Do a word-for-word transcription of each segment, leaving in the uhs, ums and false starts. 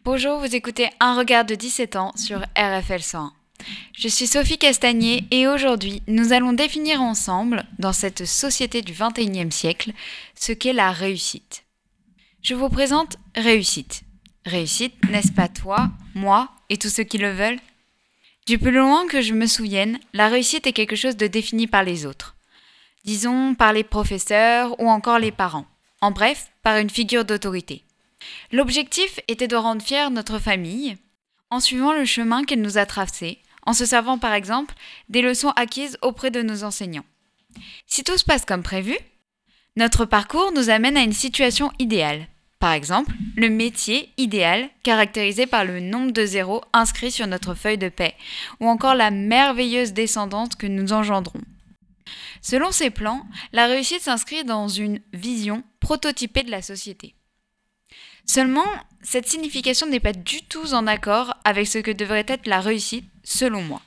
Bonjour, vous écoutez Un regard de dix-sept ans sur R F L cent un. Je suis Sophie Castagnier et aujourd'hui, nous allons définir ensemble, dans cette société du vingt et unième siècle, ce qu'est la réussite. Je vous présente réussite. Réussite, n'est-ce pas toi, moi et tous ceux qui le veulent ? Du plus loin que je me souvienne, la réussite est quelque chose de défini par les autres. Disons par les professeurs ou encore les parents. En bref, par une figure d'autorité. L'objectif était de rendre fière notre famille en suivant le chemin qu'elle nous a tracé, en se servant par exemple des leçons acquises auprès de nos enseignants. Si tout se passe comme prévu, notre parcours nous amène à une situation idéale. Par exemple, le métier idéal caractérisé par le nombre de zéros inscrits sur notre feuille de paie, ou encore la merveilleuse descendante que nous engendrons. Selon ces plans, la réussite s'inscrit dans une vision prototypée de la société. Seulement, cette signification n'est pas du tout en accord avec ce que devrait être la réussite, selon moi.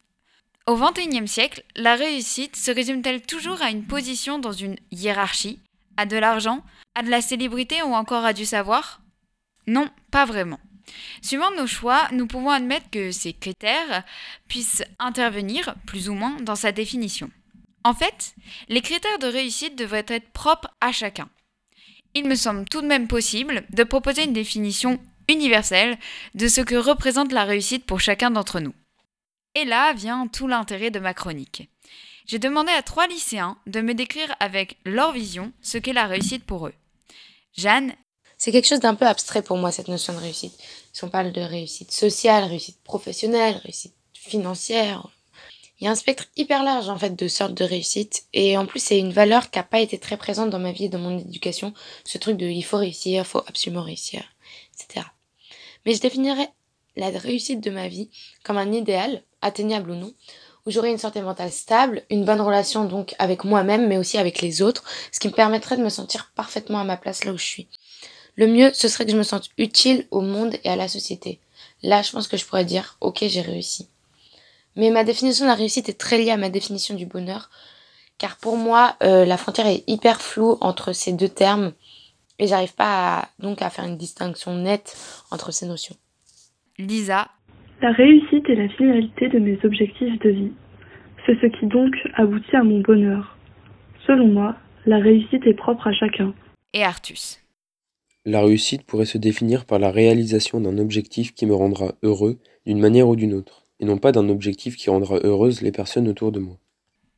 Au vingt et unième siècle, la réussite se résume-t-elle toujours à une position dans une hiérarchie, à de l'argent, à de la célébrité ou encore à du savoir ? Non, pas vraiment. Suivant nos choix, nous pouvons admettre que ces critères puissent intervenir, plus ou moins, dans sa définition. En fait, les critères de réussite devraient être propres à chacun. Il me semble tout de même possible de proposer une définition universelle de ce que représente la réussite pour chacun d'entre nous. Et là vient tout l'intérêt de ma chronique. J'ai demandé à trois lycéens de me décrire avec leur vision ce qu'est la réussite pour eux. Jeanne. C'est quelque chose d'un peu abstrait pour moi, cette notion de réussite. Si on parle de réussite sociale, réussite professionnelle, réussite financière, il y a un spectre hyper large en fait de sortes de réussite, et en plus c'est une valeur qui n'a pas été très présente dans ma vie et dans mon éducation, ce truc de il faut réussir, il faut absolument réussir, et cetera. Mais je définirais la réussite de ma vie comme un idéal, atteignable ou non, où j'aurais une santé mentale stable, une bonne relation donc avec moi-même mais aussi avec les autres, ce qui me permettrait de me sentir parfaitement à ma place là où je suis. Le mieux, ce serait que je me sente utile au monde et à la société. Là, je pense que je pourrais dire, ok, j'ai réussi. Mais ma définition de la réussite est très liée à ma définition du bonheur, car pour moi, euh, la frontière est hyper floue entre ces deux termes, et j'arrive pas à, donc à faire une distinction nette entre ces notions. Lisa. La réussite est la finalité de mes objectifs de vie. C'est ce qui donc aboutit à mon bonheur. Selon moi, la réussite est propre à chacun. Et Artus. La réussite pourrait se définir par la réalisation d'un objectif qui me rendra heureux d'une manière ou d'une autre, et non pas d'un objectif qui rendra heureuses les personnes autour de moi.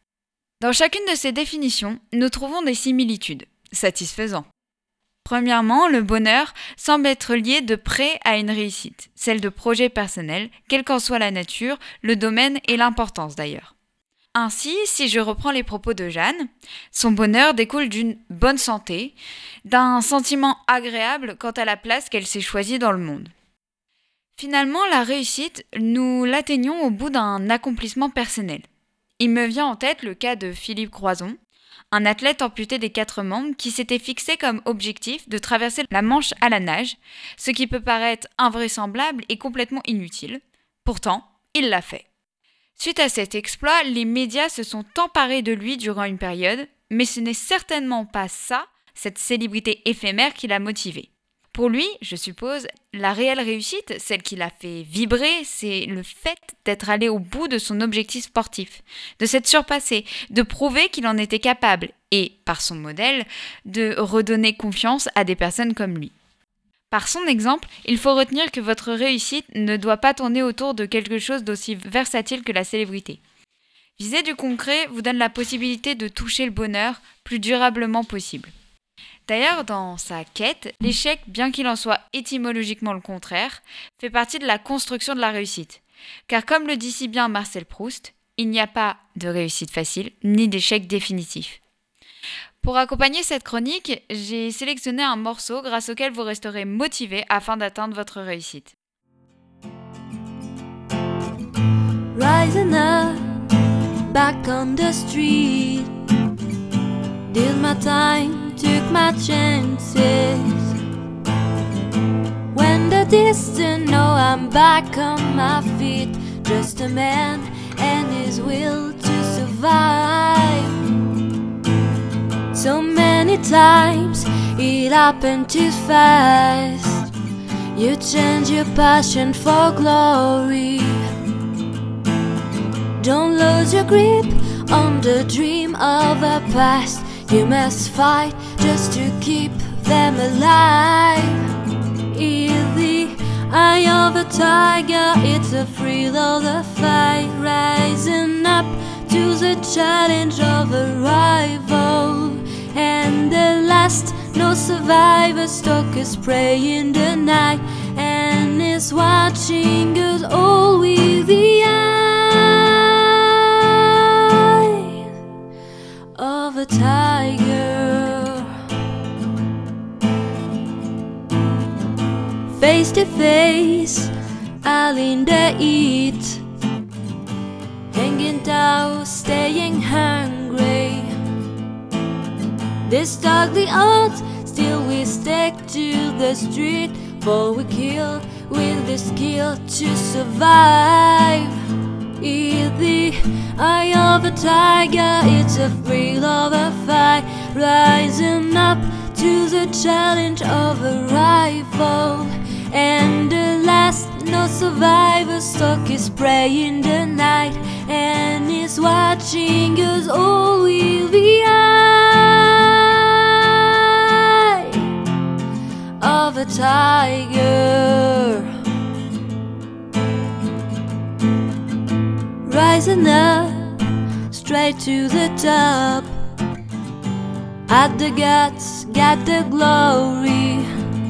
Dans chacune de ces définitions, nous trouvons des similitudes, satisfaisant. Premièrement, le bonheur semble être lié de près à une réussite, celle de projets personnels, quelle qu'en soit la nature, le domaine et l'importance d'ailleurs. Ainsi, si je reprends les propos de Jeanne, son bonheur découle d'une bonne santé, d'un sentiment agréable quant à la place qu'elle s'est choisie dans le monde. Finalement, la réussite, nous l'atteignons au bout d'un accomplissement personnel. Il me vient en tête le cas de Philippe Croizon, un athlète amputé des quatre membres qui s'était fixé comme objectif de traverser la Manche à la nage, ce qui peut paraître invraisemblable et complètement inutile. Pourtant, il l'a fait. Suite à cet exploit, les médias se sont emparés de lui durant une période, mais ce n'est certainement pas ça, cette célébrité éphémère qui l'a motivé. Pour lui, je suppose, la réelle réussite, celle qui l'a fait vibrer, c'est le fait d'être allé au bout de son objectif sportif, de s'être surpassé, de prouver qu'il en était capable et, par son modèle, de redonner confiance à des personnes comme lui. Par son exemple, il faut retenir que votre réussite ne doit pas tourner autour de quelque chose d'aussi versatile que la célébrité. Viser du concret vous donne la possibilité de toucher le bonheur plus durablement possible. D'ailleurs, dans sa quête, l'échec, bien qu'il en soit étymologiquement le contraire, fait partie de la construction de la réussite. Car comme le dit si bien Marcel Proust, il n'y a pas de réussite facile, ni d'échec définitif. Pour accompagner cette chronique, j'ai sélectionné un morceau grâce auquel vous resterez motivé afin d'atteindre votre réussite. Rising up, back on the street, did my time, took my chances. When the distant know I'm back on my feet, just a man and his will to survive. So many times it happened too fast. You change your passion for glory. Don't lose your grip on the dream of a past. You must fight just to keep them alive. In the eye of a tiger, it's a thrill of the fight, rising up to the challenge of a rival. And the last, no survivor, stalkers prey in the night, and is watching us all with the eye of a tiger. Face to face, all in the heat, hanging down, staying hungry. This ugly odds, still we stick to the street, for we kill with the skill to survive. In the eye of a tiger, it's a thrill of a fight, rising up to the challenge of a rival. And the last, no survivor, stalk is prey in the night, and is watching us all with the eye of a tiger. Rising up, straight to the top, at the guts, got the glory.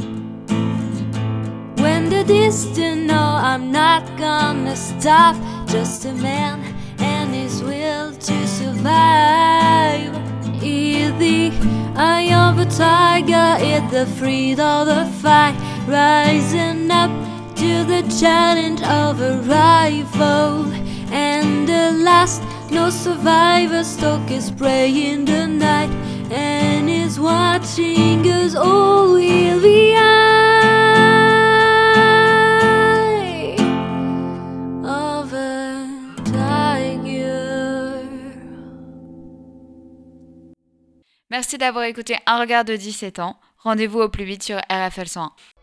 When the distance, no, I'm not gonna stop. Just a man and his will to survive. In the eye of a tiger, it's the freedom of the fight, rising up to the challenge of a rival. And the last, no survivor, stalk is prey in the night, and is watching us all with the eye of a tiger. Merci d'avoir écouté Un regard de dix-sept ans. Rendez-vous au plus vite sur R F L cent un.